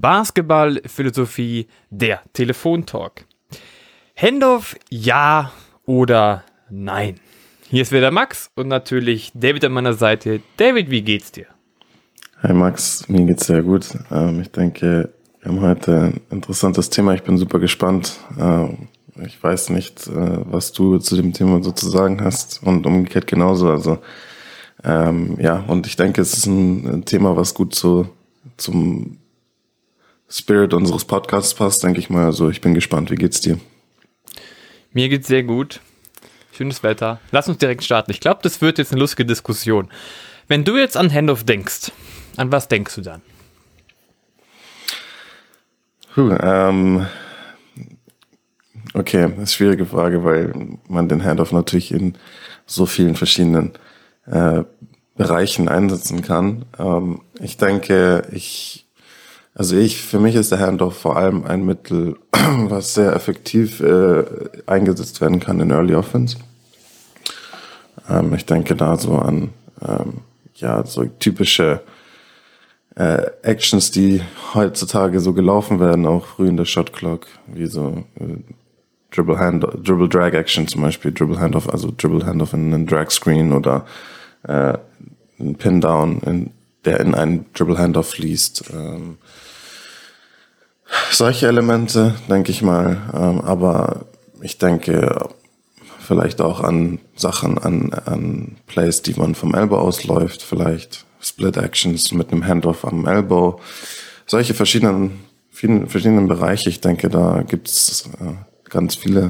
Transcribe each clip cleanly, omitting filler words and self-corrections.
Basketball-Philosophie, der Telefontalk. Handoff, ja oder nein? Hier ist wieder Max und natürlich David an meiner Seite. David, wie geht's dir? Hi Max, mir geht's sehr gut. Ich denke, wir haben heute ein interessantes Thema. Ich bin super gespannt. Ich weiß nicht, was du zu dem Thema so zu sagen hast und umgekehrt genauso. Also und ich denke, es ist ein Thema, was gut zum Spirit unseres Podcasts passt, denke ich mal. Also ich bin gespannt. Wie geht's dir? Mir geht's sehr gut. Schönes Wetter. Lass uns direkt starten. Ich glaube, das wird jetzt eine lustige Diskussion. Wenn du jetzt an Handoff denkst, an was denkst du dann? Okay, das ist eine schwierige Frage, weil man den Handoff natürlich in so vielen verschiedenen Bereichen einsetzen kann. Ich denke, für mich ist der Handoff vor allem ein Mittel, was sehr effektiv eingesetzt werden kann in Early Offense. Ich denke da so an so typische Actions, die heutzutage so gelaufen werden, auch früh in der Shot Clock, wie so Dribble Drag Action zum Beispiel, Dribble Handoff in einen Drag Screen oder ein Pin Down, der in einen Dribble Handoff fließt. Solche Elemente, denke ich mal, aber ich denke vielleicht auch an Sachen, an Plays, die man vom Elbow ausläuft, vielleicht Split Actions mit einem Handoff am Elbow. Solche verschiedenen Bereiche, ich denke, da gibt's ganz viele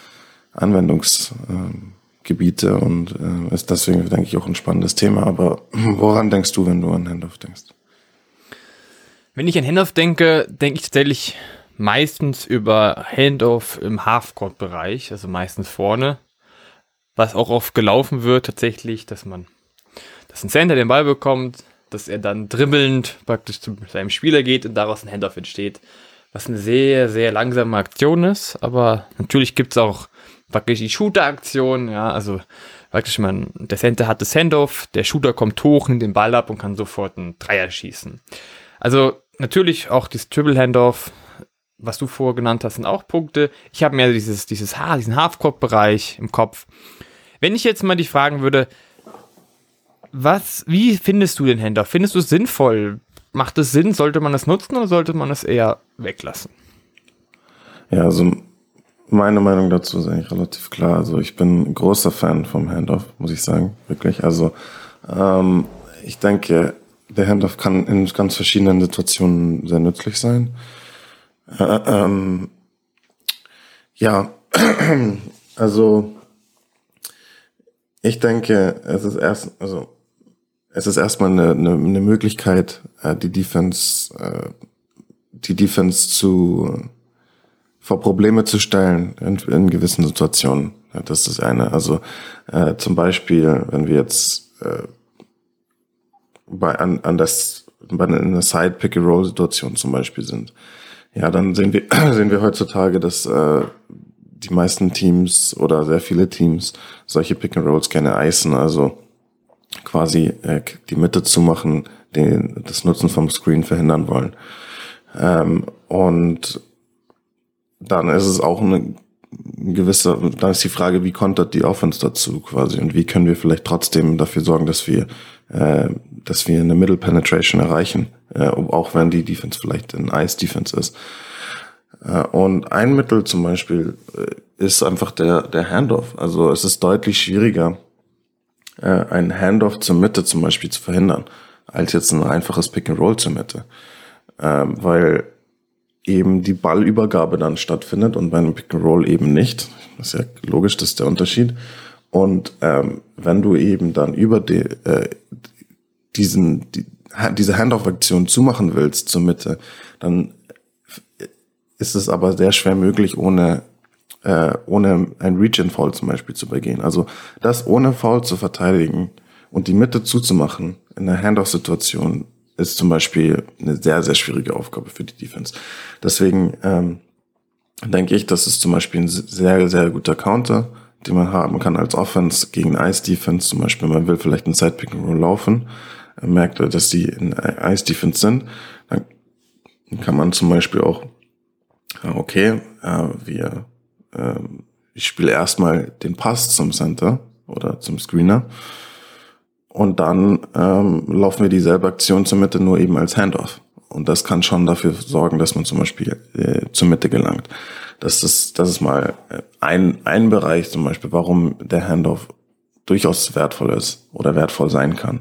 Anwendungsgebiete und ist deswegen, denke ich, auch ein spannendes Thema. Aber woran denkst du, wenn du an Handoff denkst? Wenn ich an Handoff denke, denke ich tatsächlich meistens über Handoff im Halfcourt-Bereich, also meistens vorne. Was auch oft gelaufen wird tatsächlich, dass ein Center den Ball bekommt, dass er dann dribbelnd praktisch zu seinem Spieler geht und daraus ein Handoff entsteht. Was eine sehr, sehr langsame Aktion ist, aber natürlich gibt es auch praktisch die Shooter-Aktion, ja, also praktisch der Center hat das Handoff, der Shooter kommt hoch, nimmt den Ball ab und kann sofort einen Dreier schießen. Also natürlich auch dieses Dribble-Handoff, was du vorher genannt hast, sind auch Punkte. Ich habe mehr diesen Halfcourt-Bereich im Kopf. Wenn ich jetzt mal dich fragen würde, wie findest du den Handoff? Findest du es sinnvoll? Macht es Sinn? Sollte man das nutzen oder sollte man es eher weglassen? Ja, also meine Meinung dazu ist eigentlich relativ klar. Also ich bin ein großer Fan vom Handoff, muss ich sagen, wirklich. Also ich denke, der Handoff kann in ganz verschiedenen Situationen sehr nützlich sein. Also ich denke, es ist erstmal eine Möglichkeit, die Defense vor Probleme zu stellen in gewissen Situationen. Ja, das ist das eine. Also zum Beispiel, wenn wir jetzt bei einer Side-Pick-and-Roll-Situation zum Beispiel sind, ja, dann sehen wir heutzutage, dass die meisten Teams oder sehr viele Teams solche Pick-and-Rolls gerne icen, also quasi die Mitte zumachen, das Nutzen vom Screen verhindern wollen. Und dann ist es auch dann ist die Frage, wie kontert die Offense dazu quasi und wie können wir vielleicht trotzdem dafür sorgen, dass wir eine Middle Penetration erreichen, auch wenn die Defense vielleicht ein Ice-Defense ist. Und ein Mittel zum Beispiel ist einfach der Handoff. Also es ist deutlich schwieriger, einen Handoff zur Mitte zum Beispiel zu verhindern, als jetzt ein einfaches Pick-and-Roll zur Mitte. Weil eben die Ballübergabe dann stattfindet und bei einem Pick-and-Roll eben nicht. Das ist ja logisch, das ist der Unterschied. Und wenn du eben dann über diese Handoff-Aktion zumachen willst zur Mitte, dann ist es aber sehr schwer möglich, ohne ein Reach-and-Foul zum Beispiel zu begehen. Also das ohne Foul zu verteidigen und die Mitte zuzumachen in einer Handoff-Situation ist zum Beispiel eine sehr, sehr schwierige Aufgabe für die Defense. Deswegen denke ich, das ist zum Beispiel ein sehr, sehr guter Counter, den man haben kann als Offense gegen Ice-Defense. Zum Beispiel, man will vielleicht einen Side-Pick-and-Roll laufen, merkt, dass die in Ice-Defense sind, dann kann man zum Beispiel auch, okay, ich spiele erstmal den Pass zum Center oder zum Screener und dann laufen wir dieselbe Aktion zur Mitte, nur eben als Handoff. Und das kann schon dafür sorgen, dass man zum Beispiel zur Mitte gelangt. Das ist mal ein Bereich zum Beispiel, warum der Handoff durchaus wertvoll ist oder wertvoll sein kann.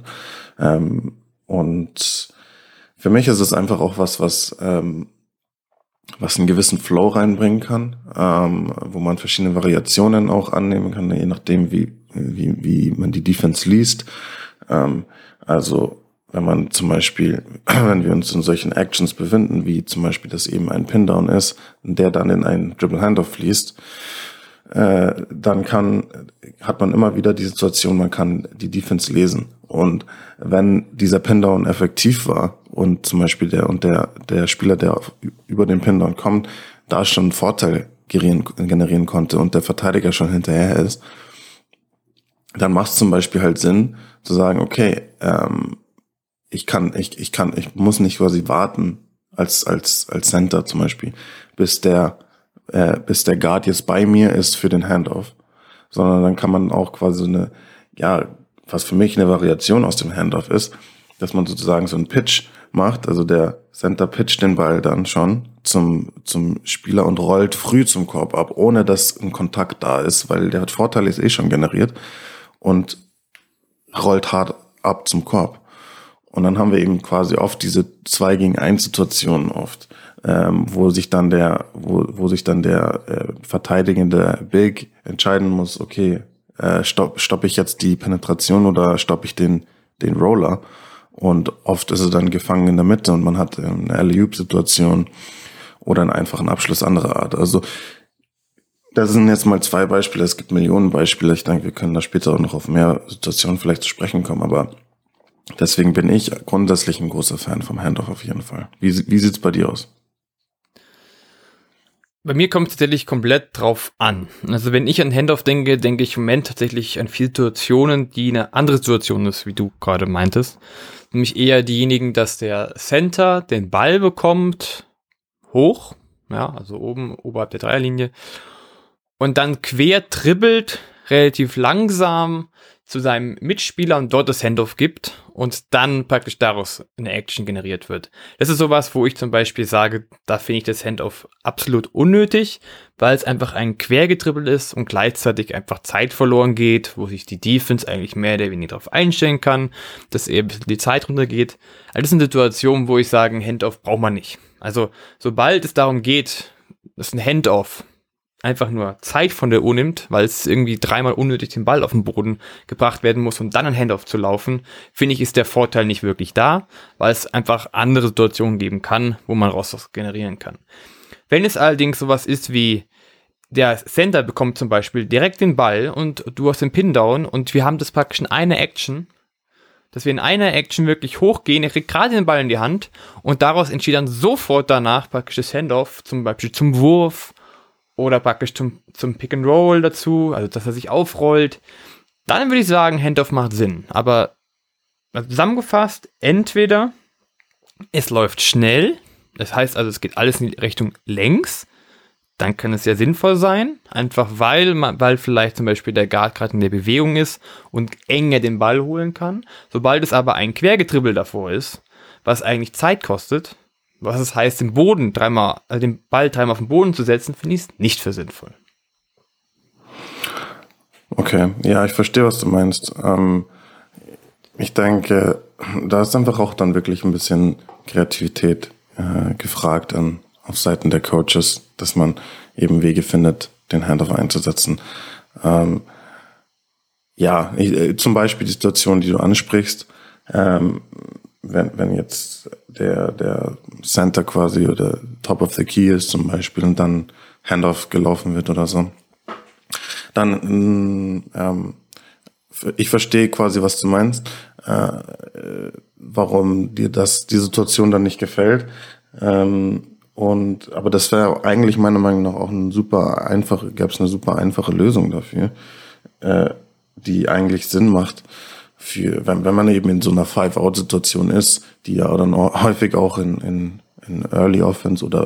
Und für mich ist es einfach auch was einen gewissen Flow reinbringen kann, wo man verschiedene Variationen auch annehmen kann, je nachdem, wie man die Defense liest. Also wenn man zum Beispiel, wenn wir uns in solchen Actions befinden, wie zum Beispiel, dass eben ein Pin-Down ist, der dann in einen Dribble-Handoff fließt, dann hat man immer wieder die Situation, man kann die Defense lesen. Und wenn dieser Pin-Down effektiv war und zum Beispiel der Spieler, der über den Pin-Down kommt, da schon einen Vorteil generieren konnte und der Verteidiger schon hinterher ist, dann macht es zum Beispiel halt Sinn, zu sagen, okay, ich muss nicht quasi warten als Center zum Beispiel, bis der Guard jetzt bei mir ist für den Handoff, sondern dann kann man auch quasi was für mich eine Variation aus dem Handoff ist, dass man sozusagen so einen Pitch macht, also der Center pitcht den Ball dann schon zum Spieler und rollt früh zum Korb ab, ohne dass ein Kontakt da ist, weil der Vorteil ist schon generiert und rollt hart ab zum Korb. Und dann haben wir eben quasi oft diese 2 gegen 1 Situationen oft, wo sich dann der verteidigende Big entscheiden muss, okay, stopp ich jetzt die Penetration oder stopp ich den Roller? Und oft ist er dann gefangen in der Mitte und man hat eine Alley-oop-Situation oder einen einfachen Abschluss anderer Art. Also das sind jetzt mal 2 Beispiele, es gibt Millionen Beispiele. Ich denke, wir können da später auch noch auf mehr Situationen vielleicht zu sprechen kommen, aber deswegen bin ich grundsätzlich ein großer Fan vom Handoff auf jeden Fall. Wie sieht's bei dir aus? Bei mir kommt es tatsächlich komplett drauf an. Also wenn ich an Handoff denke, denke ich im Moment tatsächlich an viele Situationen, die eine andere Situation ist, wie du gerade meintest. Nämlich eher diejenigen, dass der Center den Ball bekommt, hoch, ja, also oben, oberhalb der Dreierlinie, und dann quer dribbelt, relativ langsam zu seinem Mitspieler und dort das Handoff gibt und dann praktisch daraus eine Action generiert wird. Das ist sowas, wo ich zum Beispiel sage, da finde ich das Handoff absolut unnötig, weil es einfach ein Quergedribbel ist und gleichzeitig einfach Zeit verloren geht, wo sich die Defense eigentlich mehr oder weniger darauf einstellen kann, dass eben die Zeit runtergeht. Also das sind Situationen, wo ich sage, ein Handoff braucht man nicht. Also sobald es darum geht, dass ein Handoff einfach nur Zeit von der Uhr nimmt, weil es irgendwie 3-mal unnötig den Ball auf den Boden gebracht werden muss, um dann ein Handoff zu laufen, finde ich, ist der Vorteil nicht wirklich da, weil es einfach andere Situationen geben kann, wo man raus was generieren kann. Wenn es allerdings sowas ist wie, der Center bekommt zum Beispiel direkt den Ball und du hast den Pin-Down und wir haben das praktisch in einer Action, dass wir in einer Action wirklich hochgehen, er kriegt gerade den Ball in die Hand und daraus entsteht dann sofort danach praktisch das Handoff, zum Beispiel zum Wurf, oder praktisch zum Pick and Roll dazu, also dass er sich aufrollt, dann würde ich sagen, Handoff macht Sinn. Aber zusammengefasst, entweder es läuft schnell, das heißt also, es geht alles in Richtung längs, dann kann es sehr sinnvoll sein, einfach weil vielleicht zum Beispiel der Guard gerade in der Bewegung ist und enger den Ball holen kann. Sobald es aber ein Quergetribbel davor ist, was eigentlich Zeit kostet, was es heißt, den Ball dreimal auf den Boden zu setzen, finde ich es nicht für sinnvoll. Okay, ja, ich verstehe, was du meinst. Ich denke, da ist einfach auch dann wirklich ein bisschen Kreativität gefragt auf Seiten der Coaches, dass man eben Wege findet, den Handoff einzusetzen. Zum Beispiel die Situation, die du ansprichst, wenn jetzt der Center quasi oder Top of the Key ist zum Beispiel und dann Handoff gelaufen wird oder so, dann ich verstehe quasi, was du meinst, warum dir die Situation dann nicht gefällt. Aber das wäre eigentlich meiner Meinung nach auch eine super einfache Lösung dafür, die eigentlich Sinn macht, wenn man eben in so einer Five-Out-Situation ist, die ja dann häufig auch in in Early Offense oder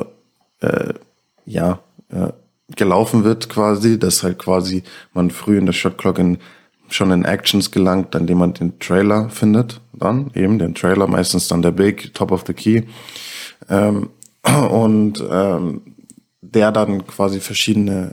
gelaufen wird quasi, dass halt quasi man früh in der Shot Clock schon in Actions gelangt, indem man den Trailer findet, dann eben den Trailer, meistens dann der Big, Top of the Key, der dann quasi verschiedene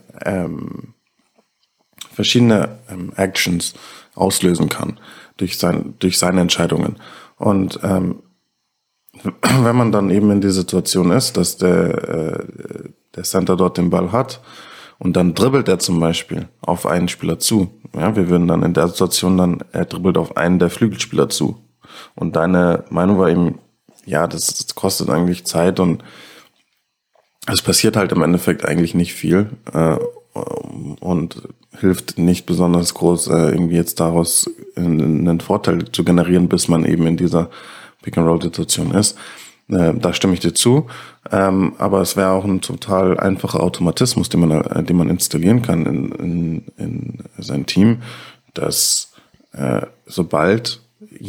Actions auslösen kann durch seine Entscheidungen. Und wenn man dann eben in die Situation ist, dass der Center dort den Ball hat und dann dribbelt er zum Beispiel auf einen Spieler zu. Ja, wir würden dann in der Situation er dribbelt auf einen der Flügelspieler zu. Und deine Meinung war eben, ja, das kostet eigentlich Zeit und es passiert halt im Endeffekt eigentlich nicht viel und hilft nicht besonders groß, irgendwie jetzt daraus einen Vorteil zu generieren, bis man eben in dieser Pick-and-Roll-Situation ist. Da stimme ich dir zu. Aber es wäre auch ein total einfacher Automatismus, den man installieren kann in sein Team, dass sobald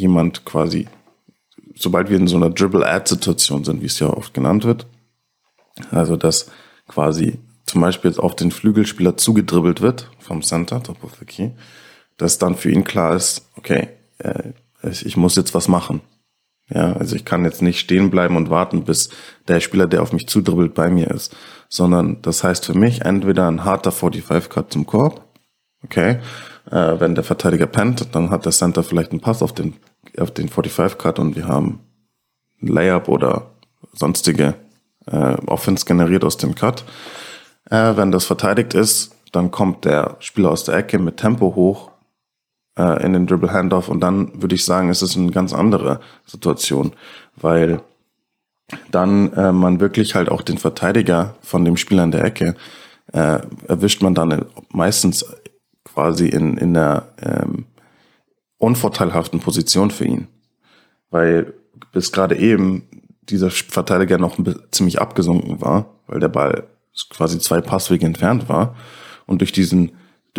wir in so einer Dribble-Add-Situation sind, wie es ja oft genannt wird, also dass quasi zum Beispiel jetzt auf den Flügelspieler zugedribbelt wird vom Center, Top of the Key, dass dann für ihn klar ist, okay, ich muss jetzt was machen. Ja, also ich kann jetzt nicht stehen bleiben und warten, bis der Spieler, der auf mich zudribbelt, bei mir ist, sondern das heißt für mich entweder ein harter 45-Cut zum Korb, okay, wenn der Verteidiger pennt, dann hat der Center vielleicht einen Pass auf den 45-Cut und wir haben ein Layup oder sonstige Offense generiert aus dem Cut. Wenn das verteidigt ist, dann kommt der Spieler aus der Ecke mit Tempo hoch in den Dribble Handoff und dann würde ich sagen, es ist eine ganz andere Situation, weil dann man wirklich halt auch den Verteidiger von dem Spieler in der Ecke erwischt man dann meistens quasi in der unvorteilhaften Position für ihn, weil bis gerade eben dieser Verteidiger noch ziemlich abgesunken war, weil der Ball quasi 2 Passwege entfernt war und durch die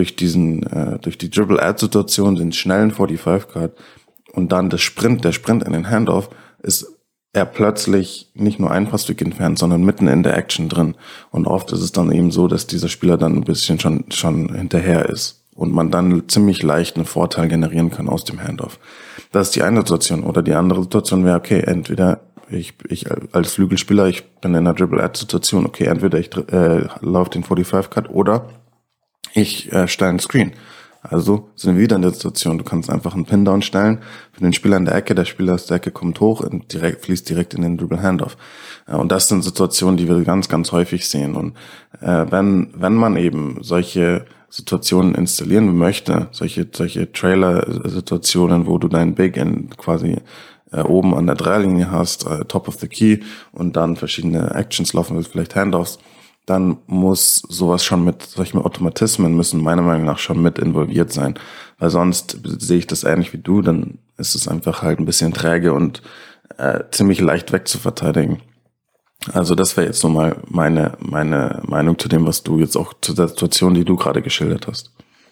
Dribble-Add-Situation, den schnellen 45-Cut und dann der Sprint in den Handoff, ist er plötzlich nicht nur ein Passweg entfernt, sondern mitten in der Action drin. Und oft ist es dann eben so, dass dieser Spieler dann ein bisschen schon hinterher ist und man dann ziemlich leicht einen Vorteil generieren kann aus dem Handoff. Das ist die eine Situation. Oder die andere Situation wäre, okay, entweder ich als Flügelspieler, ich bin in einer Dribble-Add-Situation, okay, entweder ich laufe den 45-Cut oder ich stelle einen Screen. Also sind wir wieder in der Situation, du kannst einfach einen Pin-Down stellen für den Spieler in der Ecke, der Spieler aus der Ecke kommt hoch und fließt direkt in den Dribble-Handoff. Und das sind Situationen, die wir ganz, ganz häufig sehen. Und wenn man eben solche Situationen installieren möchte, solche Trailer-Situationen, wo du deinen Big End quasi oben an der Dreierlinie hast, Top of the Key und dann verschiedene Actions laufen willst, vielleicht Handoffs, dann muss sowas solche Automatismen müssen meiner Meinung nach schon mit involviert sein. Weil sonst sehe ich das ähnlich wie du, dann ist es einfach halt ein bisschen träge und ziemlich leicht wegzuverteidigen. Also das wäre jetzt so mal meine Meinung zu dem, was du jetzt auch zu der Situation, die du gerade geschildert hast.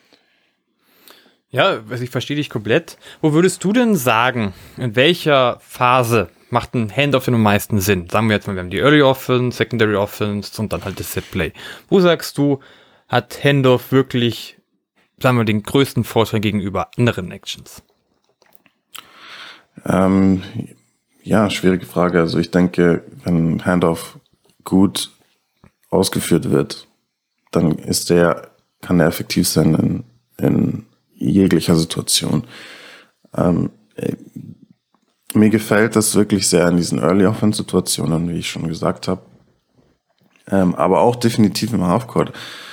Ja, also ich verstehe dich komplett. Wo würdest du denn sagen, in welcher Phase macht ein Handoff denn am meisten Sinn? Sagen wir jetzt mal, wir haben die Early Offense, Secondary Offense und dann halt das Set Play. Wo sagst du, hat Handoff wirklich, sagen wir, den größten Vorteil gegenüber anderen Actions? Ja, schwierige Frage. Also ich denke, wenn Handoff gut ausgeführt wird, dann kann er effektiv sein in jeglicher Situation. Mir gefällt das wirklich sehr in diesen Early Offense Situationen, wie ich schon gesagt habe. Aber auch definitiv im Halfcourt.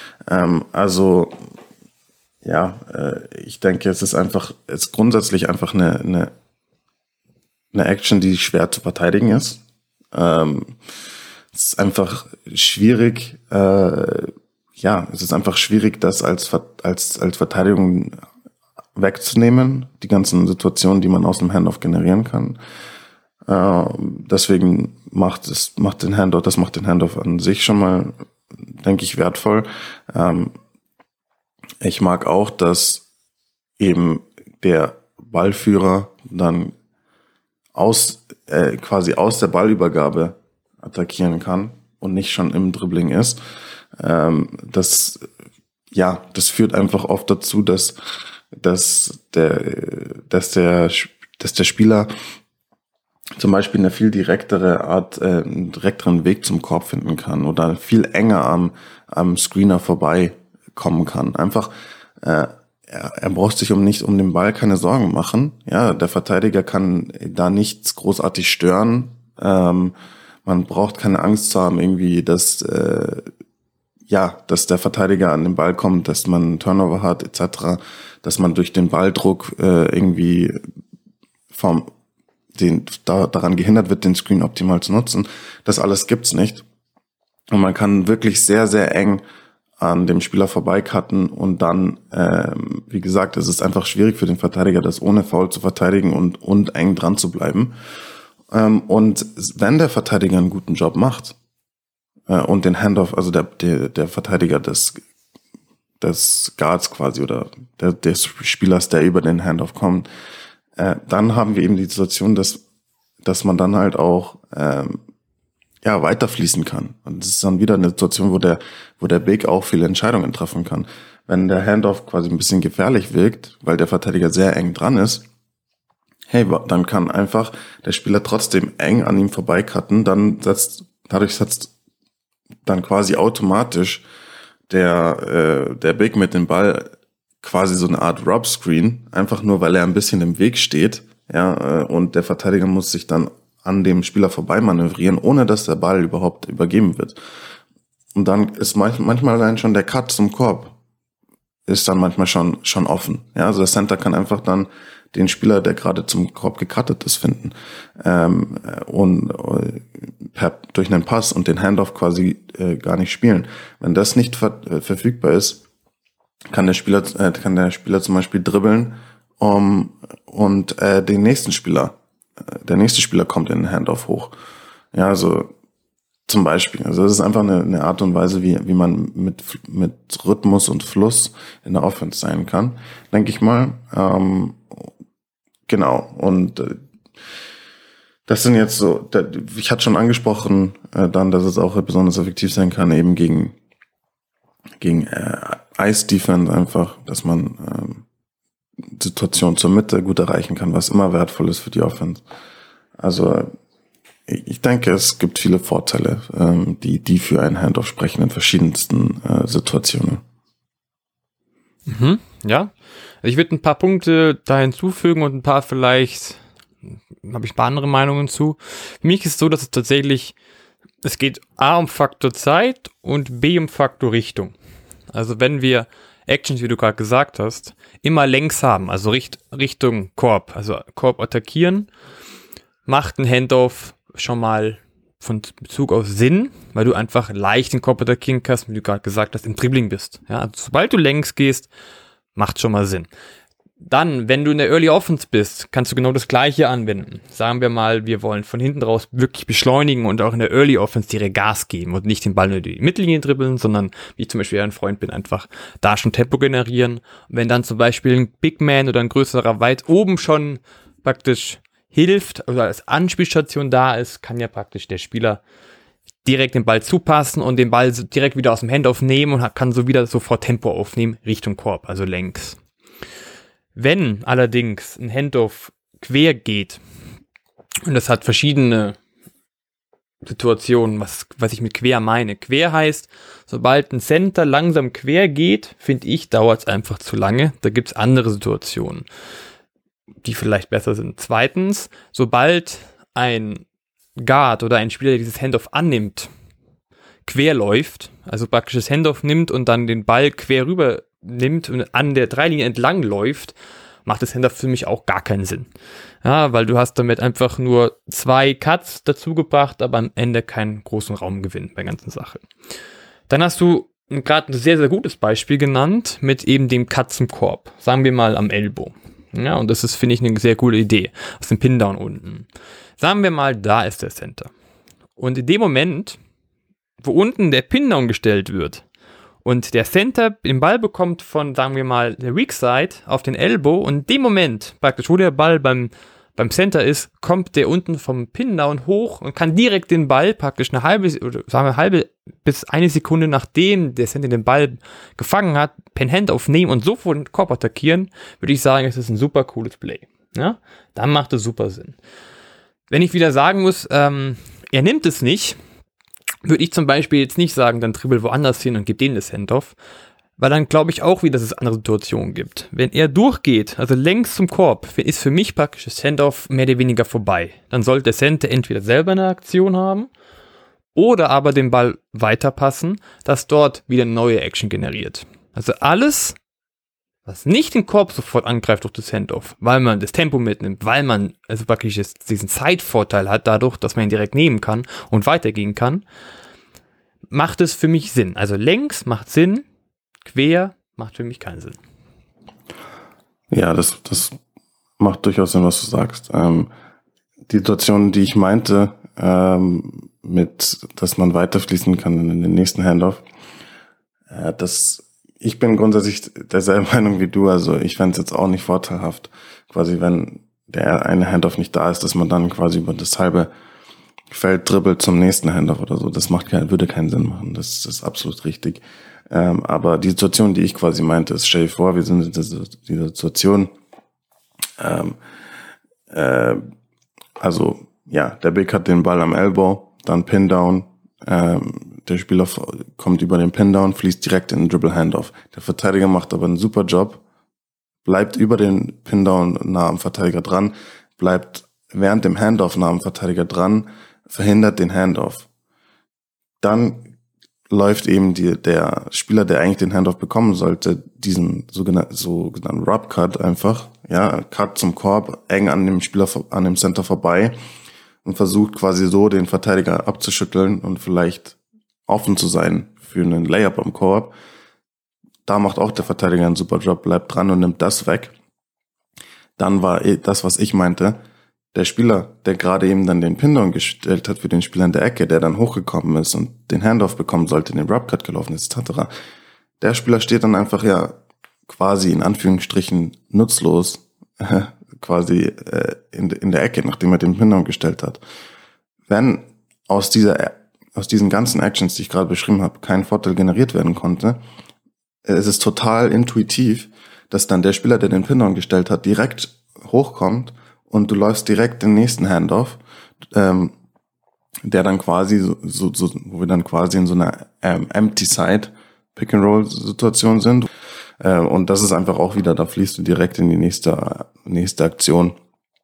Ich denke, es ist grundsätzlich einfach eine Action, die schwer zu verteidigen ist. Es ist einfach schwierig, es ist einfach schwierig, das als Verteidigung wegzunehmen, die ganzen Situationen, die man aus dem Handoff generieren kann. Deswegen macht den Handoff an sich schon mal, denke ich, wertvoll. Ich mag auch, dass eben der Ballführer dann quasi aus der Ballübergabe attackieren kann und nicht schon im Dribbling ist. Das führt einfach oft dazu, dass der Spieler zum Beispiel eine viel direktere Art, einen direkteren Weg zum Korb finden kann oder viel enger am Screener vorbeikommen kann. Einfach, er braucht sich um den Ball keine Sorgen machen. Ja, der Verteidiger kann da nichts großartig stören. Man braucht keine Angst zu haben, irgendwie, dass der Verteidiger an den Ball kommt, dass man einen Turnover hat, etc., dass man durch den Balldruck irgendwie daran gehindert wird, den Screen optimal zu nutzen. Das alles gibt's nicht. Und man kann wirklich sehr, sehr eng an dem Spieler vorbeicutten und dann, wie gesagt, es ist einfach schwierig für den Verteidiger, das ohne Foul zu verteidigen und eng dran zu bleiben. Und wenn der Verteidiger einen guten Job macht und den Handoff, also der Verteidiger des Guards quasi oder des Spielers, der über den Handoff kommt, dann haben wir eben die Situation, dass man dann halt auch weiterfließen kann. Und das ist dann wieder eine Situation, wo der Big auch viele Entscheidungen treffen kann. Wenn der Handoff quasi ein bisschen gefährlich wirkt, weil der Verteidiger sehr eng dran ist, dann kann einfach der Spieler trotzdem eng an ihm vorbeicutten, dadurch setzt dann quasi automatisch der Big mit dem Ball quasi so eine Art Rob-Screen, einfach nur, weil er ein bisschen im Weg steht, und der Verteidiger muss sich dann an dem Spieler vorbei manövrieren, ohne dass der Ball überhaupt übergeben wird. Und dann ist manchmal allein schon der Cut zum Korb ist dann manchmal schon offen. Ja, also der Center kann einfach dann den Spieler, der gerade zum Korb gecuttet ist, finden durch einen Pass und den Handoff quasi gar nicht spielen. Wenn das nicht verfügbar ist, kann der Spieler zum Beispiel dribbeln und der nächste Spieler kommt in den Handoff hoch. Ja, also zum Beispiel. Also das ist einfach eine Art und Weise, wie man mit Rhythmus und Fluss in der Offense sein kann, denke ich mal. Genau. Und das sind jetzt so, ich hatte schon angesprochen, dann, dass es auch besonders effektiv sein kann, eben gegen Ice Defense einfach, dass man Situation zur Mitte gut erreichen kann, was immer wertvoll ist für die Offense. Also ich denke, es gibt viele Vorteile, die für einen Handoff sprechen in verschiedensten Situationen. Mhm, ja, ich würde ein paar Punkte da hinzufügen und ein paar vielleicht, habe ich ein paar andere Meinungen zu. Für mich ist es so, dass es geht A um Faktor Zeit und B um Faktor Richtung. Also wenn wir Actions, wie du gerade gesagt hast, immer längs haben, also Richtung Korb, also Korb attackieren, macht ein Handoff schon mal von Bezug auf Sinn, weil du einfach leicht den Korb attackieren kannst, wie du gerade gesagt hast, im Dribbling bist. Ja, also sobald du längs gehst, macht schon mal Sinn. Dann, wenn du in der Early Offense bist, kannst du genau das Gleiche anwenden. Sagen wir mal, wir wollen von hinten raus wirklich beschleunigen und auch in der Early Offense direkt Gas geben und nicht den Ball nur die Mittellinie dribbeln, sondern, wie ich zum Beispiel ein Freund bin, einfach da schon Tempo generieren. Und wenn dann zum Beispiel ein Big Man oder ein größerer weit oben schon praktisch hilft oder als Anspielstation da ist, kann ja praktisch der Spieler direkt den Ball zupassen und den Ball direkt wieder aus dem Handoff nehmen und kann so wieder sofort Tempo aufnehmen Richtung Korb, also längs. Wenn allerdings ein Handoff quer geht, und das hat verschiedene Situationen, was ich mit quer meine. Quer heißt, sobald ein Center langsam quer geht, finde ich, dauert es einfach zu lange. Da gibt es andere Situationen, die vielleicht besser sind. Zweitens, sobald ein Guard oder ein Spieler, der dieses Handoff annimmt, quer läuft, also praktisch das Handoff nimmt und dann den Ball quer rüber nimmt und an der Dreilinie entlang läuft, macht das Handoff für mich auch gar keinen Sinn. Ja, weil du hast damit einfach nur 2 Cuts dazu gebracht, aber am Ende keinen großen Raumgewinn bei der ganzen Sache. Dann hast du gerade ein sehr, sehr gutes Beispiel genannt mit eben dem Cut zum Korb. Sagen wir mal am Elbow. Ja, und das ist, finde ich, eine sehr coole Idee. Aus dem Pin-Down unten. Sagen wir mal, da ist der Center. Und in dem Moment, wo unten der Pin-Down gestellt wird, und der Center den Ball bekommt von, sagen wir mal, der Weak Side auf den Elbow und in dem Moment, praktisch, wo der Ball beim beim Center ist, kommt der unten vom Pin-Down hoch und kann direkt den Ball praktisch eine halbe bis eine Sekunde nachdem der Center den Ball gefangen hat, per Handoff nehmen und sofort den Korb attackieren, würde ich sagen, es ist ein super cooles Play. Ja? Dann macht es super Sinn. Wenn ich wieder sagen muss, er nimmt es nicht, würde ich zum Beispiel jetzt nicht sagen, dann dribbel woanders hin und gib denen das Handoff, weil dann glaube ich auch wieder, dass es andere Situationen gibt. Wenn er durchgeht, also längs zum Korb, ist für mich praktisch das Handoff mehr oder weniger vorbei. Dann sollte der Center entweder selber eine Aktion haben oder aber den Ball weiterpassen, dass dort wieder eine neue Action generiert. Also alles, was nicht den Korb sofort angreift durch das Handoff, weil man das Tempo mitnimmt, weil man also praktisch diesen Zeitvorteil hat dadurch, dass man ihn direkt nehmen kann und weitergehen kann, macht es für mich Sinn. Also längs macht Sinn, quer macht für mich keinen Sinn. Ja, das macht durchaus Sinn, was du sagst. Die Situation, die ich meinte, dass man weiterfließen kann in den nächsten Handoff, ich bin grundsätzlich derselben Meinung wie du. Also ich fände es jetzt auch nicht vorteilhaft, quasi wenn der eine Handoff nicht da ist, dass man dann quasi über das halbe Feld dribbelt zum nächsten Handoff oder so. Das würde keinen Sinn machen. Das ist absolut richtig. Aber die Situation, die ich quasi meinte, ist, stell dir vor, wir sind in dieser Situation, also ja, der Big hat den Ball am Elbow, dann Pin-Down, der Spieler kommt über den Pin-Down, fließt direkt in den Dribble-Handoff. Der Verteidiger macht aber einen super Job, bleibt über den Pin-Down nah am Verteidiger dran, bleibt während dem Handoff nah am Verteidiger dran, verhindert den Handoff. Dann läuft eben der Spieler, der eigentlich den Handoff bekommen sollte, diesen sogenannten Rub-Cut einfach, ja, Cut zum Korb, eng an dem Spieler, an dem Center vorbei und versucht quasi so den Verteidiger abzuschütteln und vielleicht offen zu sein für einen Layup am Korb. Da macht auch der Verteidiger einen super Job, bleibt dran und nimmt das weg. Dann war das, was ich meinte, der Spieler, der gerade eben dann den Pin-Down gestellt hat für den Spieler in der Ecke, der dann hochgekommen ist und den Handoff bekommen sollte, den Rub-Cut gelaufen ist, etc. Der Spieler steht dann einfach ja quasi in Anführungsstrichen nutzlos quasi in der Ecke, nachdem er den Pin-Down gestellt hat. Wenn aus diesen ganzen Actions, die ich gerade beschrieben habe, kein Vorteil generiert werden konnte, es ist total intuitiv, dass dann der Spieler, der den Pin-Down gestellt hat, direkt hochkommt und du läufst direkt den nächsten Handoff, der dann quasi wo wir dann quasi in so einer Empty Side Pick-and-Roll-Situation sind. Und das ist einfach auch wieder, da fließt du direkt in die nächste Aktion,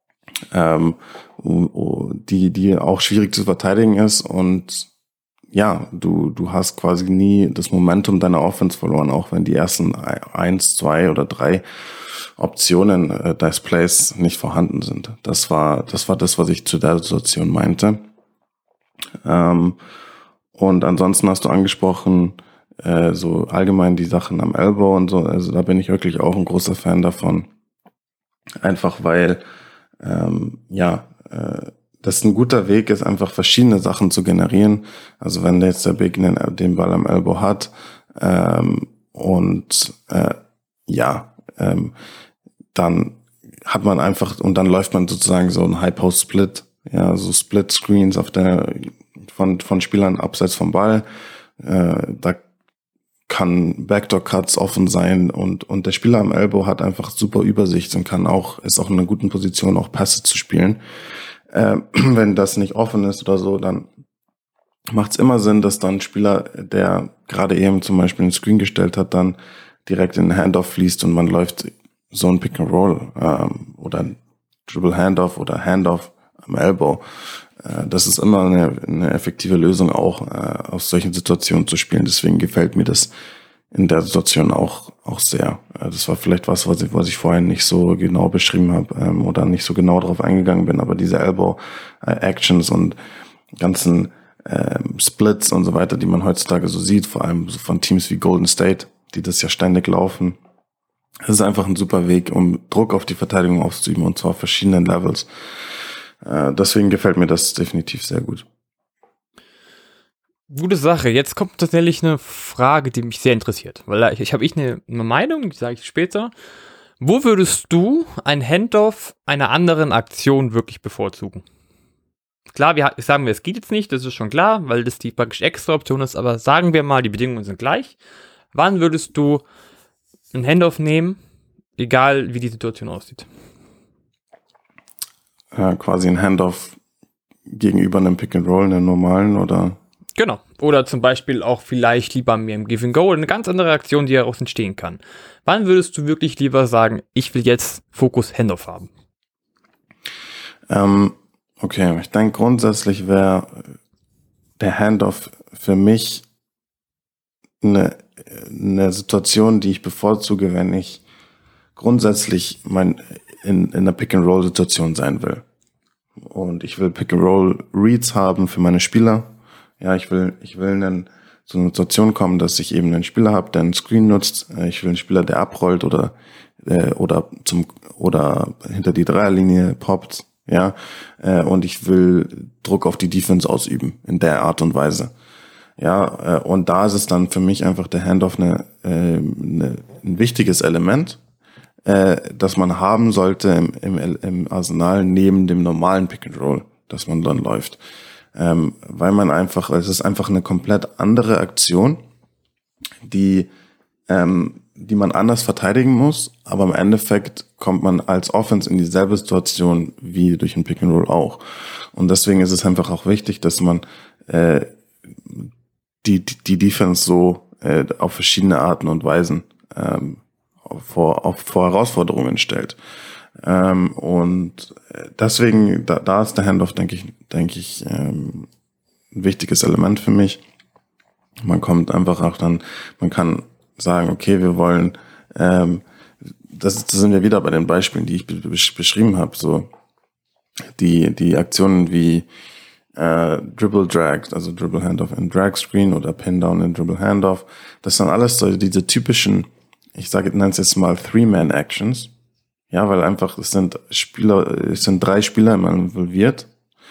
die auch schwierig zu verteidigen ist. Und ja, du hast quasi nie das Momentum deiner Offense verloren, auch wenn die ersten 1, 2 oder 3 Optionen des Plays nicht vorhanden sind. Das war das, was ich zu der Situation meinte. Und ansonsten hast du angesprochen, so allgemein die Sachen am Elbow und so. Also da bin ich wirklich auch ein großer Fan davon. Einfach weil, das ein guter Weg ist, einfach verschiedene Sachen zu generieren. Also wenn jetzt der Big den Ball am Elbow hat, dann hat man einfach, und dann läuft man sozusagen so ein High-Post-Split, ja, so Split-Screens von Spielern abseits vom Ball. Da kann Backdoor-Cuts offen sein und der Spieler am Elbow hat einfach super Übersicht und ist auch in einer guten Position, auch Pässe zu spielen. Wenn das nicht offen ist oder so, dann macht es immer Sinn, dass dann ein Spieler, der gerade eben zum Beispiel einen Screen gestellt hat, dann direkt in den Handoff fließt und man läuft so ein Pick and Roll oder ein Dribble Handoff oder Handoff am Elbow. Das ist immer eine effektive Lösung, auch aus solchen Situationen zu spielen. Deswegen gefällt mir das in der Situation auch sehr. Das war vielleicht was ich vorhin nicht so genau beschrieben habe oder nicht so genau darauf eingegangen bin, aber diese Elbow-Actions und ganzen Splits und so weiter, die man heutzutage so sieht, vor allem so von Teams wie Golden State, die das ja ständig laufen. Das ist einfach ein super Weg, um Druck auf die Verteidigung auszuüben, und zwar auf verschiedenen Levels. Deswegen gefällt mir das definitiv sehr gut. Gute Sache. Jetzt kommt tatsächlich eine Frage, die mich sehr interessiert. Weil ich habe eine Meinung, die sage ich später. Wo würdest du ein Handoff einer anderen Aktion wirklich bevorzugen? Klar, sagen wir, es geht jetzt nicht, das ist schon klar, weil das die praktisch extra Option ist, aber sagen wir mal, die Bedingungen sind gleich. Wann würdest du einen Handoff nehmen, egal wie die Situation aussieht? Quasi ein Handoff gegenüber einem Pick and Roll, einem normalen, oder? Genau. Oder zum Beispiel auch vielleicht lieber mehr im Give and Go oder eine ganz andere Aktion, die daraus entstehen kann. Wann würdest du wirklich lieber sagen, ich will jetzt Fokus Handoff haben? Okay, ich denke grundsätzlich wäre der Handoff für mich eine Situation, die ich bevorzuge, wenn ich grundsätzlich in einer Pick-and-Roll-Situation sein will. Und ich will Pick-and-Roll-Reads haben für meine Spieler. Ja, ich will zu einer Situation kommen, dass ich eben einen Spieler habe, der einen Screen nutzt. Ich will einen Spieler, der abrollt oder hinter die Dreierlinie poppt. Ja, und ich will Druck auf die Defense ausüben in der Art und Weise. Ja, und da ist es dann für mich einfach der Handoff ein wichtiges Element, das man haben sollte im Arsenal neben dem normalen Pick and Roll, das man dann läuft. Weil es ist einfach eine komplett andere Aktion, die man anders verteidigen muss, aber im Endeffekt kommt man als Offense in dieselbe Situation wie durch ein Pick and Roll auch. Und deswegen ist es einfach auch wichtig, dass man die Defense so auf verschiedene Arten und Weisen vor Herausforderungen stellt. Und deswegen, da ist der Handoff, denke ich, ein wichtiges Element für mich. Man kommt einfach auch dann, man kann sagen, okay, wir wollen, das sind wir wieder bei den Beispielen, die ich beschrieben habe, so die Aktionen wie Dribble Drag, also Dribble Handoff in Drag Screen oder Pin Down in Dribble Handoff. Das sind alles so diese typischen, ich nenne es jetzt mal Three-Man-Actions. Ja, weil einfach es sind 3 Spieler immer involviert.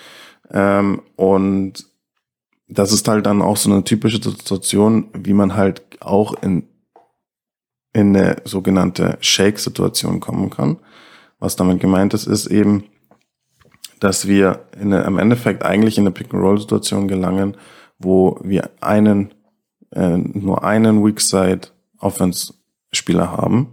Und das ist halt dann auch so eine typische Situation, wie man halt auch in eine sogenannte Shake-Situation kommen kann. Was damit gemeint ist eben, dass wir am Endeffekt eigentlich in eine Pick-and-Roll-Situation gelangen, wo wir nur einen Weak-Side-Offense-Spieler haben.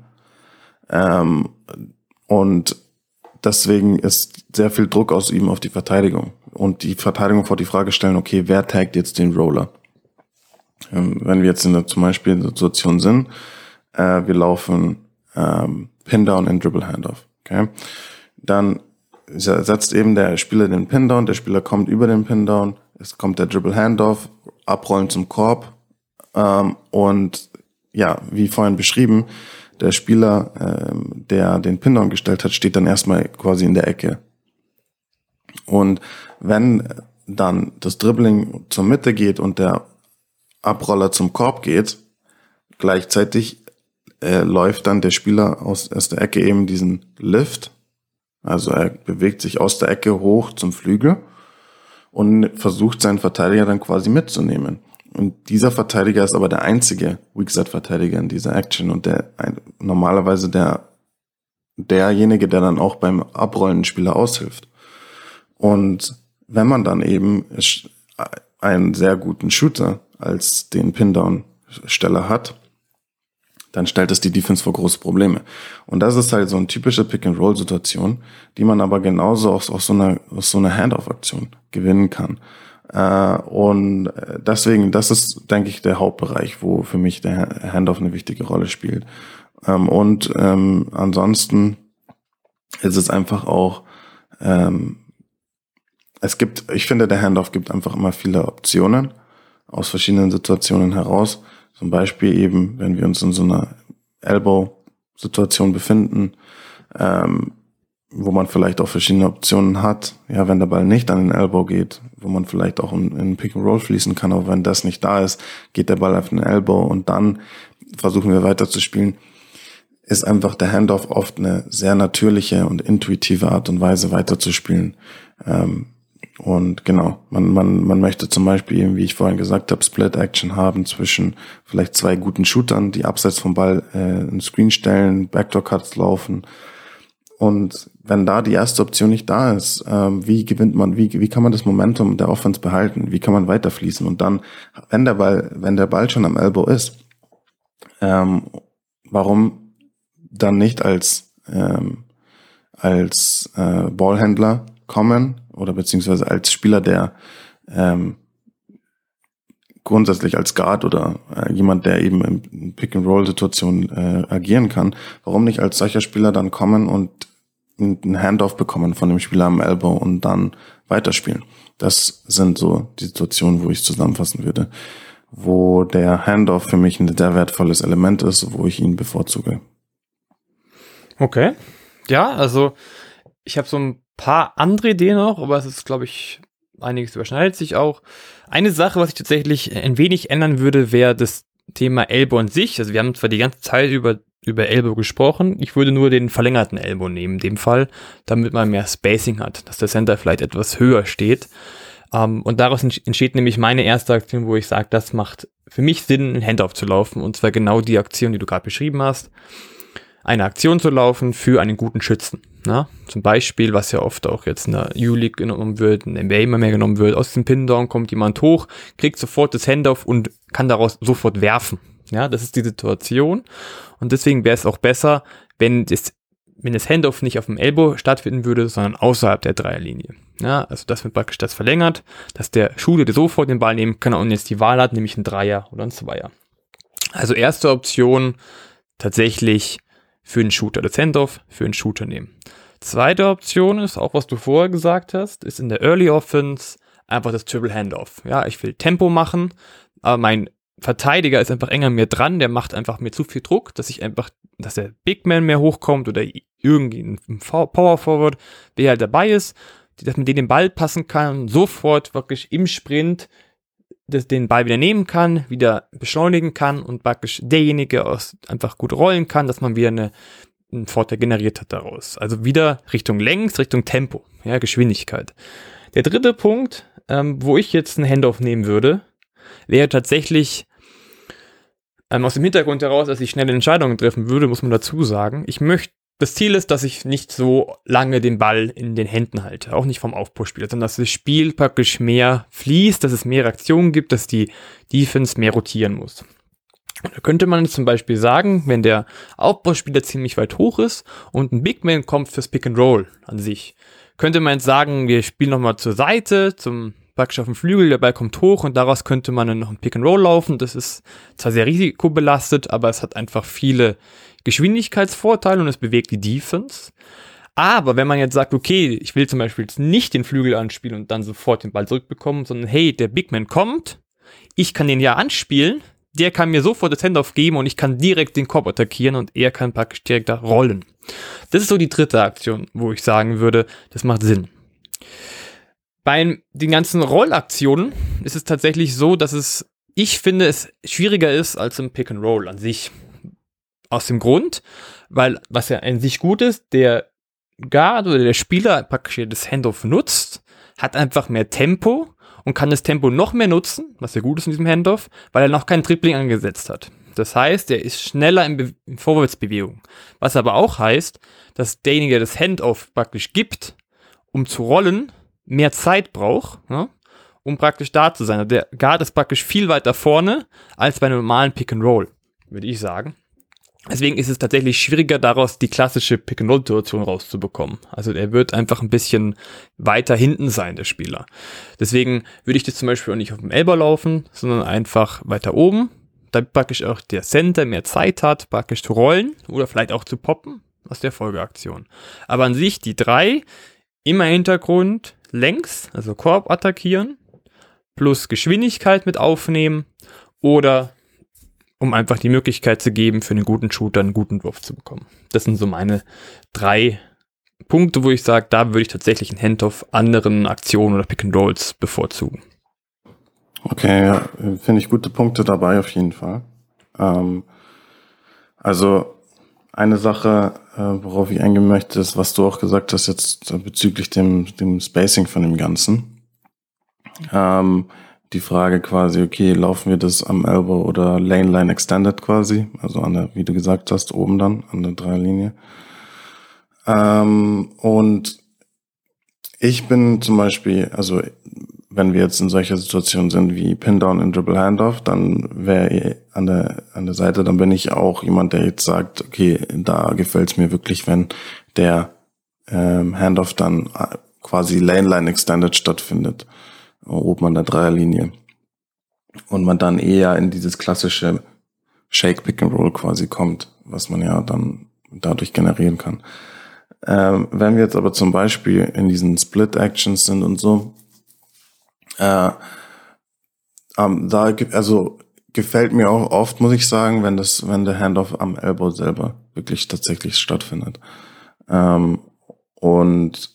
Und deswegen ist sehr viel Druck ausüben auf die Verteidigung. Und die Verteidigung vor die Frage stellen, okay, wer taggt jetzt den Roller? Wenn wir jetzt zum Beispiel in der Situation sind, wir laufen Pin-Down in Dribble-Handoff. Okay? Dann setzt eben der Spieler den Pin-Down, der Spieler kommt über den Pin-Down, es kommt der Dribble-Handoff, abrollen zum Korb und ja, wie vorhin beschrieben, der Spieler, der den Pin-Down gestellt hat, steht dann erstmal quasi in der Ecke. Und wenn dann das Dribbling zur Mitte geht und der Abroller zum Korb geht, gleichzeitig läuft dann der Spieler aus der Ecke eben diesen Lift. Also er bewegt sich aus der Ecke hoch zum Flügel und versucht seinen Verteidiger dann quasi mitzunehmen. Und dieser Verteidiger ist aber der einzige Weakside-Verteidiger in dieser Action und normalerweise derjenige, der dann auch beim Abrollen Spieler aushilft. Und wenn man dann eben einen sehr guten Shooter als den Pin-Down-Steller hat, dann stellt es die Defense vor große Probleme. Und das ist halt so eine typische Pick-and-Roll-Situation, die man aber genauso aus so einer Handoff-Aktion gewinnen kann. Und deswegen, das ist, denke ich, der Hauptbereich, wo für mich der Handoff eine wichtige Rolle spielt. Ansonsten ist es einfach auch, ich finde, der Handoff gibt einfach immer viele Optionen aus verschiedenen Situationen heraus. Zum Beispiel eben, wenn wir uns in so einer Elbow-Situation befinden, wo man vielleicht auch verschiedene Optionen hat. Ja, wenn der Ball nicht an den Elbow geht, wo man vielleicht auch in Pick and Roll fließen kann, aber wenn das nicht da ist, geht der Ball auf den Elbow und dann versuchen wir weiter zu spielen, ist einfach der Handoff oft eine sehr natürliche und intuitive Art und Weise weiterzuspielen. Und genau, man möchte zum Beispiel, wie ich vorhin gesagt habe, Split-Action haben zwischen vielleicht zwei guten Shootern, die abseits vom Ball einen Screen stellen, Backdoor-Cuts laufen. Und wenn da die erste Option nicht da ist, wie gewinnt man, wie kann man das Momentum der Offense behalten? Wie kann man weiterfließen? Und dann, wenn der Ball schon am Elbow ist, warum dann nicht als Ballhändler kommen oder beziehungsweise als Spieler, der grundsätzlich als Guard oder jemand, der eben in Pick-and-Roll-Situationen agieren kann, warum nicht als solcher Spieler dann kommen und einen Handoff bekommen von dem Spieler am Elbow und dann weiterspielen. Das sind so die Situationen, wo ich es zusammenfassen würde, wo der Handoff für mich ein sehr wertvolles Element ist, wo ich ihn bevorzuge. Okay. Ja, also ich habe so ein paar andere Ideen noch, aber es ist, glaube ich, einiges überschneidet sich auch. Eine Sache, was ich tatsächlich ein wenig ändern würde, wäre das Thema Elbow an sich. Also wir haben zwar die ganze Zeit über Elbow gesprochen, ich würde nur den verlängerten Elbow nehmen in dem Fall, damit man mehr Spacing hat, dass der Center vielleicht etwas höher steht. Und daraus entsteht nämlich meine erste Aktion, wo ich sage, das macht für mich Sinn, einen Handoff zu laufen, und zwar genau die Aktion, die du gerade beschrieben hast. Eine Aktion zu laufen für einen guten Schützen. Na? Zum Beispiel, was ja oft auch jetzt in der U-League genommen wird, in der NBA immer mehr genommen wird, aus dem Pin-Down kommt jemand hoch, kriegt sofort das Handoff und kann daraus sofort werfen. Ja, das ist die Situation. Und deswegen wäre es auch besser, wenn das Handoff nicht auf dem Elbow stattfinden würde, sondern außerhalb der Dreierlinie. Ja, also dass man praktisch das verlängert, dass der Shooter sofort den Ball nehmen kann und jetzt die Wahl hat, nämlich ein Dreier oder ein Zweier. Also erste Option tatsächlich für einen Shooter, das Handoff für einen Shooter nehmen. Zweite Option ist, auch was du vorher gesagt hast, ist in der Early Offense einfach das Triple Handoff. Ja, ich will Tempo machen, aber mein Verteidiger ist einfach enger mir dran, der macht einfach mir zu viel Druck, dass der Big Man mehr hochkommt oder irgendwie ein Power Forward, wer halt dabei ist, dass man den Ball passen kann und sofort wirklich im Sprint den Ball wieder nehmen kann, wieder beschleunigen kann und praktisch derjenige einfach gut rollen kann, dass man wieder einen Vorteil generiert hat daraus. Also wieder Richtung Längs, Richtung Tempo, ja, Geschwindigkeit. Der dritte Punkt, wo ich jetzt einen Handoff nehmen würde, wäre tatsächlich aus dem Hintergrund heraus, dass ich schnelle Entscheidungen treffen würde, muss man dazu sagen. Das Ziel ist, dass ich nicht so lange den Ball in den Händen halte, auch nicht vom Aufbauspieler, sondern dass das Spiel praktisch mehr fließt, dass es mehr Aktionen gibt, dass die Defense mehr rotieren muss. Da könnte man jetzt zum Beispiel sagen, wenn der Aufbauspieler ziemlich weit hoch ist und ein Big Man kommt fürs Pick and Roll an sich, könnte man jetzt sagen, wir spielen nochmal zur Seite, praktisch auf dem Flügel, der Ball kommt hoch und daraus könnte man dann noch ein Pick and Roll laufen. Das ist zwar sehr risikobelastet, aber es hat einfach viele Geschwindigkeitsvorteile und es bewegt die Defense. Aber wenn man jetzt sagt, okay, ich will zum Beispiel jetzt nicht den Flügel anspielen und dann sofort den Ball zurückbekommen, sondern hey, der Big Man kommt, ich kann den ja anspielen, der kann mir sofort das Handoff geben und ich kann direkt den Korb attackieren und er kann praktisch direkt da rollen. Das ist so die dritte Aktion, wo ich sagen würde, das macht Sinn. Bei den ganzen Rollaktionen ist es tatsächlich so, dass ich finde, es schwieriger ist als im Pick and Roll an sich. Aus dem Grund, weil, was ja an sich gut ist, der Guard oder der Spieler praktisch das Handoff nutzt, hat einfach mehr Tempo und kann das Tempo noch mehr nutzen, was ja gut ist in diesem Handoff, weil er noch kein Tripling angesetzt hat. Das heißt, er ist schneller in Vorwärtsbewegung. Was aber auch heißt, dass derjenige, der das Handoff praktisch gibt, um zu rollen, mehr Zeit braucht, ja, um praktisch da zu sein. Also der Guard ist praktisch viel weiter vorne als bei einem normalen Pick and Roll, würde ich sagen. Deswegen ist es tatsächlich schwieriger, daraus die klassische Pick-and-Roll-Situation rauszubekommen. Also er wird einfach ein bisschen weiter hinten sein, der Spieler. Deswegen würde ich das zum Beispiel auch nicht auf dem Elbow laufen, sondern einfach weiter oben, damit praktisch auch der Center mehr Zeit hat, praktisch zu rollen oder vielleicht auch zu poppen aus der Folgeaktion. Aber an sich die 3, immer Hintergrund, längs, also Korb attackieren, plus Geschwindigkeit mit aufnehmen oder um einfach die Möglichkeit zu geben, für einen guten Shooter einen guten Wurf zu bekommen. Das sind so meine 3 Punkte, wo ich sage, da würde ich tatsächlich einen Handoff anderen Aktionen oder Pick-and-Rolls bevorzugen. Okay, ja, finde ich gute Punkte dabei auf jeden Fall. Also eine Sache, worauf ich eingehen möchte, ist, was du auch gesagt hast jetzt bezüglich dem Spacing von dem Ganzen. Die Frage quasi, okay, laufen wir das am Elbow oder Line Extended quasi, also an der, wie du gesagt hast, oben dann, an der Dreierlinie. Und ich bin zum Beispiel, also wenn wir jetzt in solcher Situation sind wie Pin-Down in Dribble Handoff, dann wäre an der Seite, dann bin ich auch jemand, der jetzt sagt, okay, da gefällt es mir wirklich, wenn der Handoff dann quasi Line Extended stattfindet, oben an der Dreierlinie. Und man dann eher in dieses klassische Shake Pick and Roll quasi kommt, was man ja dann dadurch generieren kann. Wenn wir jetzt aber zum Beispiel in diesen Split Actions sind und so, also gefällt mir auch oft, muss ich sagen, wenn der Handoff am Elbow selber wirklich tatsächlich stattfindet. Und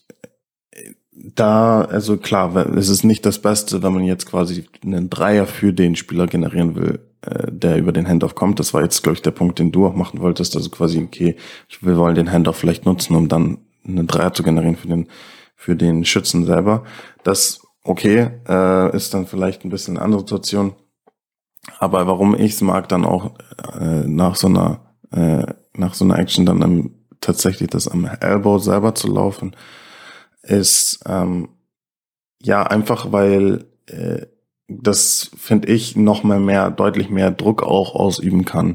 da, also klar, es ist nicht das Beste, wenn man jetzt quasi einen Dreier für den Spieler generieren will, der über den Handoff kommt. Das war jetzt, glaube ich, der Punkt, den du auch machen wolltest. Also quasi, okay, wir wollen den Handoff vielleicht nutzen, um dann einen Dreier zu generieren für den Schützen selber. Das, okay, ist dann vielleicht ein bisschen eine andere Situation. Aber warum ich es mag, dann auch nach so einer Action dann tatsächlich das am Elbow selber zu laufen, ist einfach, weil das, finde ich, noch mal deutlich mehr Druck auch ausüben kann,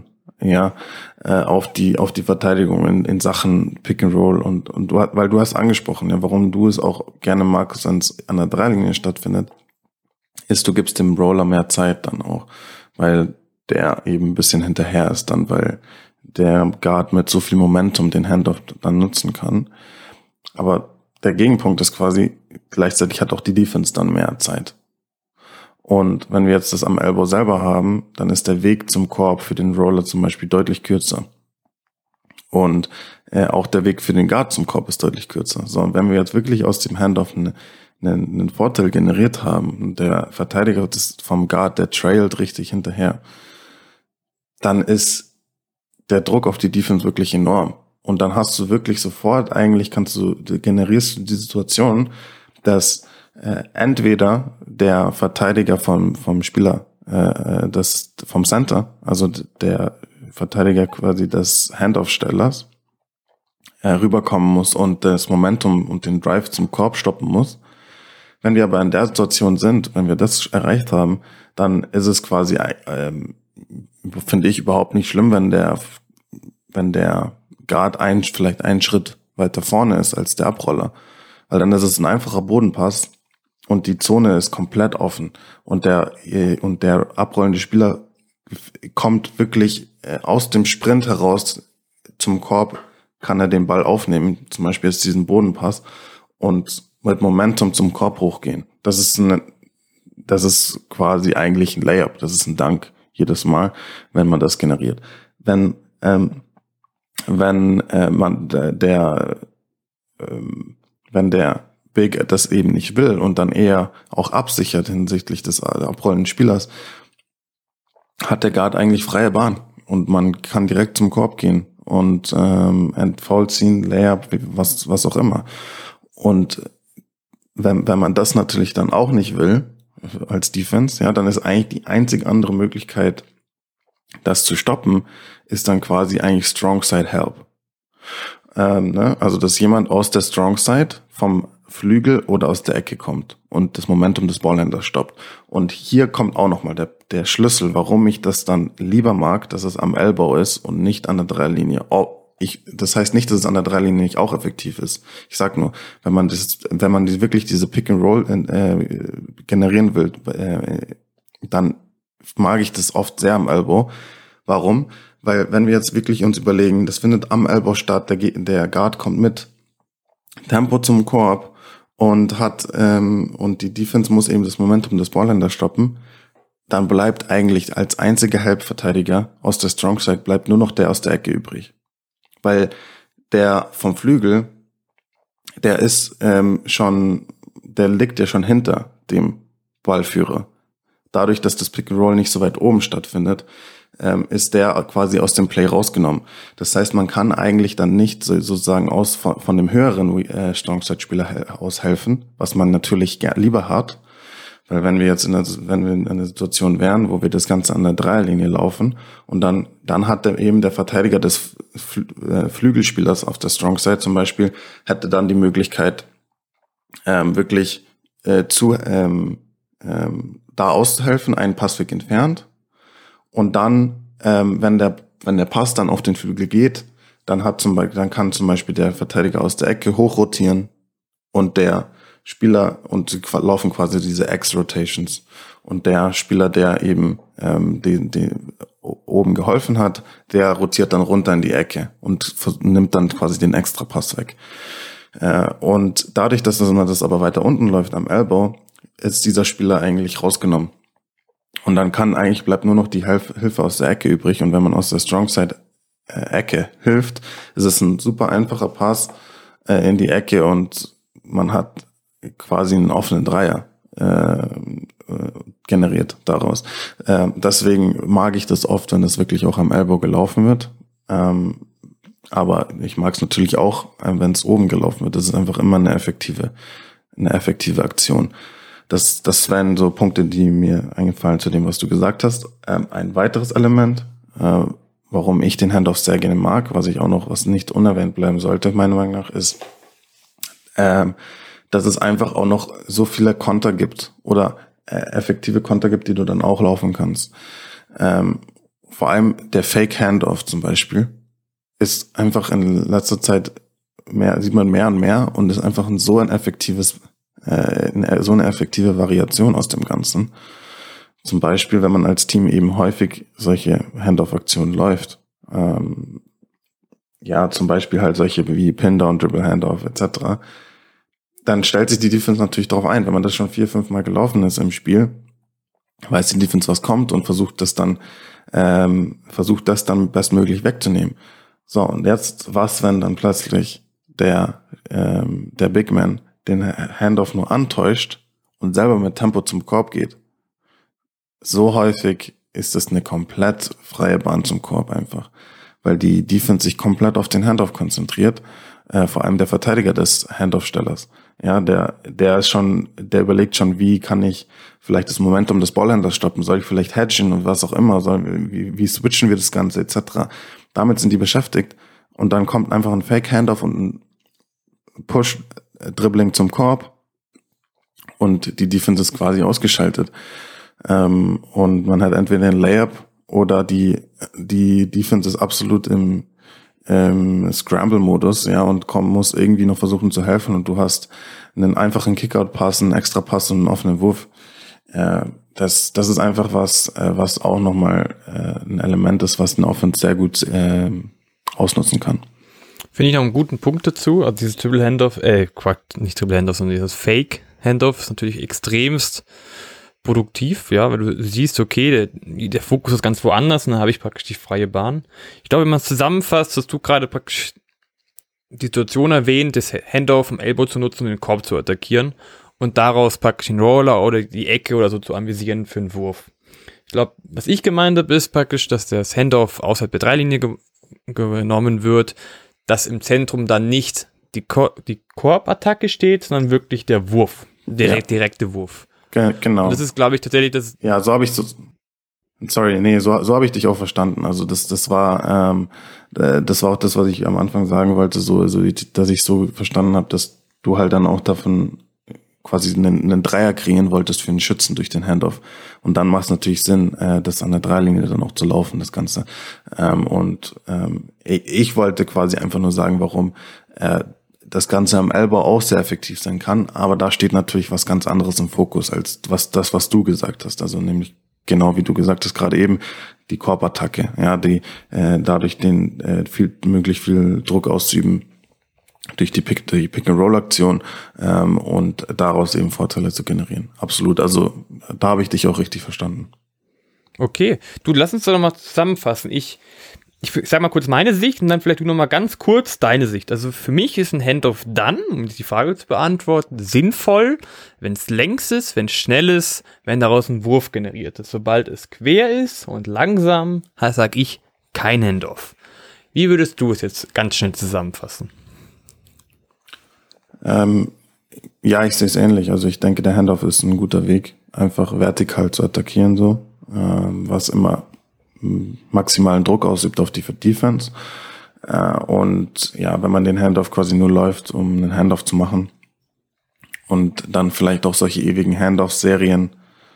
auf die Verteidigung in Sachen Pick and Roll und weil du hast angesprochen, ja, warum du es auch gerne magst, wenn es an der Dreilinie stattfindet, ist, du gibst dem Roller mehr Zeit dann auch, weil der eben ein bisschen hinterher ist dann, weil der Guard mit so viel Momentum den Handoff dann nutzen kann. Aber der Gegenpunkt ist quasi, gleichzeitig hat auch die Defense dann mehr Zeit. Und wenn wir jetzt das am Elbow selber haben, dann ist der Weg zum Korb für den Roller zum Beispiel deutlich kürzer. Und auch der Weg für den Guard zum Korb ist deutlich kürzer. So, und wenn wir jetzt wirklich aus dem Handoff einen Vorteil generiert haben und der Verteidiger vom Guard, der trailt richtig hinterher, dann ist der Druck auf die Defense wirklich enorm. Und dann hast du wirklich sofort, generierst du die Situation, dass entweder der Verteidiger vom Spieler, vom Center, also der Verteidiger quasi des Handoff-Stellers, rüberkommen muss und das Momentum und den Drive zum Korb stoppen muss. Wenn wir aber in der Situation sind, wenn wir das erreicht haben, dann ist es quasi, finde ich, überhaupt nicht schlimm, wenn der Guard vielleicht einen Schritt weiter vorne ist als der Abroller. Weil dann ist es ein einfacher Bodenpass und die Zone ist komplett offen und der abrollende Spieler kommt wirklich aus dem Sprint heraus zum Korb, kann er den Ball aufnehmen, zum Beispiel jetzt diesen Bodenpass und mit Momentum zum Korb hochgehen. Das ist quasi eigentlich ein Layup, das ist ein Dunk jedes Mal, wenn man das generiert. Wenn der Big das eben nicht will und dann eher auch absichert hinsichtlich des abrollenden Spielers, hat der Guard eigentlich freie Bahn und man kann direkt zum Korb gehen und Foul ziehen, Layup, was auch immer. Und wenn man das natürlich dann auch nicht will als Defense, ja, dann ist eigentlich die einzig andere Möglichkeit, das zu stoppen, ist dann quasi eigentlich Strong Side Help. Also, dass jemand aus der Strong Side vom Flügel oder aus der Ecke kommt und das Momentum des Ballhändlers stoppt. Und hier kommt auch nochmal der Schlüssel, warum ich das dann lieber mag, dass es am Elbow ist und nicht an der Dreierlinie. Das heißt nicht, dass es an der Dreierlinie nicht auch effektiv ist. Ich sag nur, wenn man wirklich diese Pick and Roll generieren will, dann mag ich das oft sehr am Elbow. Warum? Weil wenn wir jetzt wirklich uns überlegen, das findet am Elbow statt, der Guard kommt mit Tempo zum Korb und und die Defense muss eben das Momentum des Ballhändlers stoppen, dann bleibt eigentlich als einziger Help-Verteidiger aus der Strong Side bleibt nur noch der aus der Ecke übrig. Weil der vom Flügel, der liegt ja schon hinter dem Ballführer. Dadurch, dass das Pick and Roll nicht so weit oben stattfindet, ist der quasi aus dem Play rausgenommen. Das heißt, man kann eigentlich dann nicht sozusagen von dem höheren Strongside-Spieler aushelfen, was man natürlich lieber hat, Weil wenn wir in einer Situation wären, wo wir das Ganze an der Dreierlinie laufen und dann hat eben der Verteidiger des Flügelspielers auf der Strong Side zum Beispiel, hätte dann die Möglichkeit, wirklich da auszuhelfen, einen Passweg entfernt. Und dann, wenn der Pass dann auf den Flügel geht, dann kann zum Beispiel der Verteidiger aus der Ecke hochrotieren und der Spieler, und laufen quasi diese X-Rotations. Und der Spieler, der eben den oben geholfen hat, der rotiert dann runter in die Ecke und nimmt dann quasi den Extrapass weg. Und dadurch, dass das aber weiter unten läuft am Elbow, ist dieser Spieler eigentlich rausgenommen. Und dann bleibt nur noch die Hilfe aus der Ecke übrig. Und wenn man aus der Strong Side Ecke hilft, ist es ein super einfacher Pass in die Ecke und man hat quasi einen offenen Dreier generiert daraus. Deswegen mag ich das oft, wenn das wirklich auch am Elbow gelaufen wird. Aber ich mag es natürlich auch, wenn es oben gelaufen wird. Das ist einfach immer eine effektive Aktion. Das wären so Punkte, die mir eingefallen zu dem, was du gesagt hast. Ein weiteres Element, warum ich den Handoff sehr gerne mag, was nicht unerwähnt bleiben sollte, meiner Meinung nach, ist, dass es einfach auch noch so viele Konter gibt oder effektive Konter gibt, die du dann auch laufen kannst. Vor allem der Fake Handoff zum Beispiel ist einfach in letzter Zeit sieht man mehr und mehr und ist einfach so eine effektive Variation aus dem Ganzen. Zum Beispiel, wenn man als Team eben häufig solche Handoff-Aktionen läuft. Zum Beispiel halt solche wie Pin-Down, Dribble-Handoff etc., dann stellt sich die Defense natürlich darauf ein. Wenn man das schon 4-5 Mal gelaufen ist im Spiel, weiß die Defense, was kommt und versucht das dann bestmöglich wegzunehmen. So, und jetzt, was, wenn dann plötzlich der Big Man den Handoff nur antäuscht und selber mit Tempo zum Korb geht? So häufig ist es eine komplett freie Bahn zum Korb einfach, weil die Defense sich komplett auf den Handoff konzentriert, vor allem der Verteidiger des Handoff-Stellers. Ja, der überlegt schon, wie kann ich vielleicht das Momentum des Ballhändlers stoppen? Soll ich vielleicht hedgen und was auch immer? Wie switchen wir das Ganze etc.? Damit sind die beschäftigt und dann kommt einfach ein Fake-Handoff und ein Push-Dribbling zum Korb und die Defense ist quasi ausgeschaltet. Und man hat entweder einen Layup oder die Defense ist absolut im Scramble-Modus, ja, und muss irgendwie noch versuchen zu helfen und du hast einen einfachen Kickout-Pass, einen Extra-Pass und einen offenen Wurf. Das ist einfach was auch nochmal ein Element ist, was eine Offense sehr gut ausnutzen kann. Finde ich noch einen guten Punkt dazu. Also dieses Triple-Handoff, nicht Triple-Handoff, sondern dieses Fake-Handoff ist natürlich extremst produktiv, ja, weil du siehst, okay, der Fokus ist ganz woanders und dann habe ich praktisch die freie Bahn. Ich glaube, wenn man es zusammenfasst, dass du gerade praktisch die Situation erwähnt, das Handoff im Elbow zu nutzen und den Korb zu attackieren und daraus praktisch den Roller oder die Ecke oder so zu anvisieren für einen Wurf. Ich glaube, was ich gemeint habe, ist praktisch, dass das Handoff außerhalb der Dreilinie genommen wird, dass im Zentrum dann nicht die Korbattacke steht, sondern wirklich der Wurf, der direkte Wurf. Genau. Und das ist, glaube ich, tatsächlich das. Ja, so habe ich so habe ich dich auch verstanden. Also das war auch das, was ich am Anfang sagen wollte, dass ich so verstanden habe, dass du halt dann auch davon quasi einen Dreier kreieren wolltest für einen Schützen durch den Handoff. Und dann macht es natürlich Sinn, das an der Dreilinie dann auch zu laufen, das Ganze. Ich wollte quasi einfach nur sagen, warum das Ganze am Elbow auch sehr effektiv sein kann, aber da steht natürlich was ganz anderes im Fokus als was du gesagt hast. Also nämlich genau wie du gesagt hast gerade eben, die Korbattacke, ja, die dadurch möglichst viel Druck auszuüben durch die Pick-and-Roll-Aktion und daraus eben Vorteile zu generieren. Absolut, also da habe ich dich auch richtig verstanden. Okay, du, lass uns doch nochmal zusammenfassen. Ich sag mal kurz meine Sicht und dann vielleicht du nochmal ganz kurz deine Sicht. Also für mich ist ein Handoff dann, um die Frage zu beantworten, sinnvoll, wenn es längs ist, wenn es schnell ist, wenn daraus ein Wurf generiert ist. Sobald es quer ist und langsam, sag ich, kein Handoff. Wie würdest du es jetzt ganz schnell zusammenfassen? Ja, ich sehe es ähnlich. Also ich denke, der Handoff ist ein guter Weg. einfach vertikal zu attackieren, so, was immer maximalen Druck ausübt auf die Defense. Und ja, wenn man den Handoff quasi nur läuft, um einen Handoff zu machen und dann vielleicht auch solche ewigen Handoff-Serien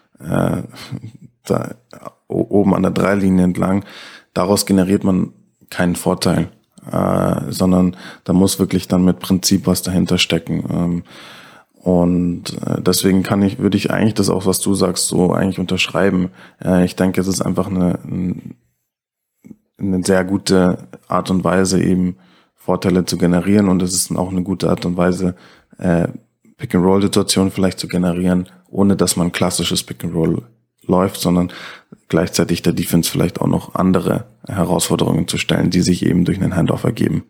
da oben an der Dreilinie entlang, daraus generiert man keinen Vorteil, sondern da muss wirklich dann mit Prinzip was dahinter stecken. Deswegen würde ich eigentlich das auch, was du sagst, so eigentlich unterschreiben. Ich denke, es ist einfach eine sehr gute Art und Weise, eben Vorteile zu generieren, und es ist auch eine gute Art und Weise, Pick-and-Roll-Situationen vielleicht zu generieren, ohne dass man klassisches Pick-and-Roll läuft, sondern gleichzeitig der Defense vielleicht auch noch andere Herausforderungen zu stellen, die sich eben durch einen Handoff ergeben.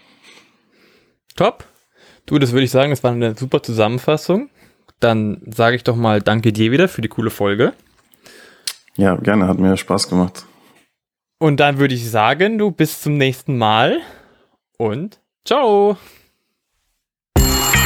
Top. Du, das würde ich sagen, das war eine super Zusammenfassung. Dann sage ich doch mal danke dir wieder für die coole Folge. Ja, gerne, hat mir Spaß gemacht. Und dann würde ich sagen, du bis zum nächsten Mal und ciao!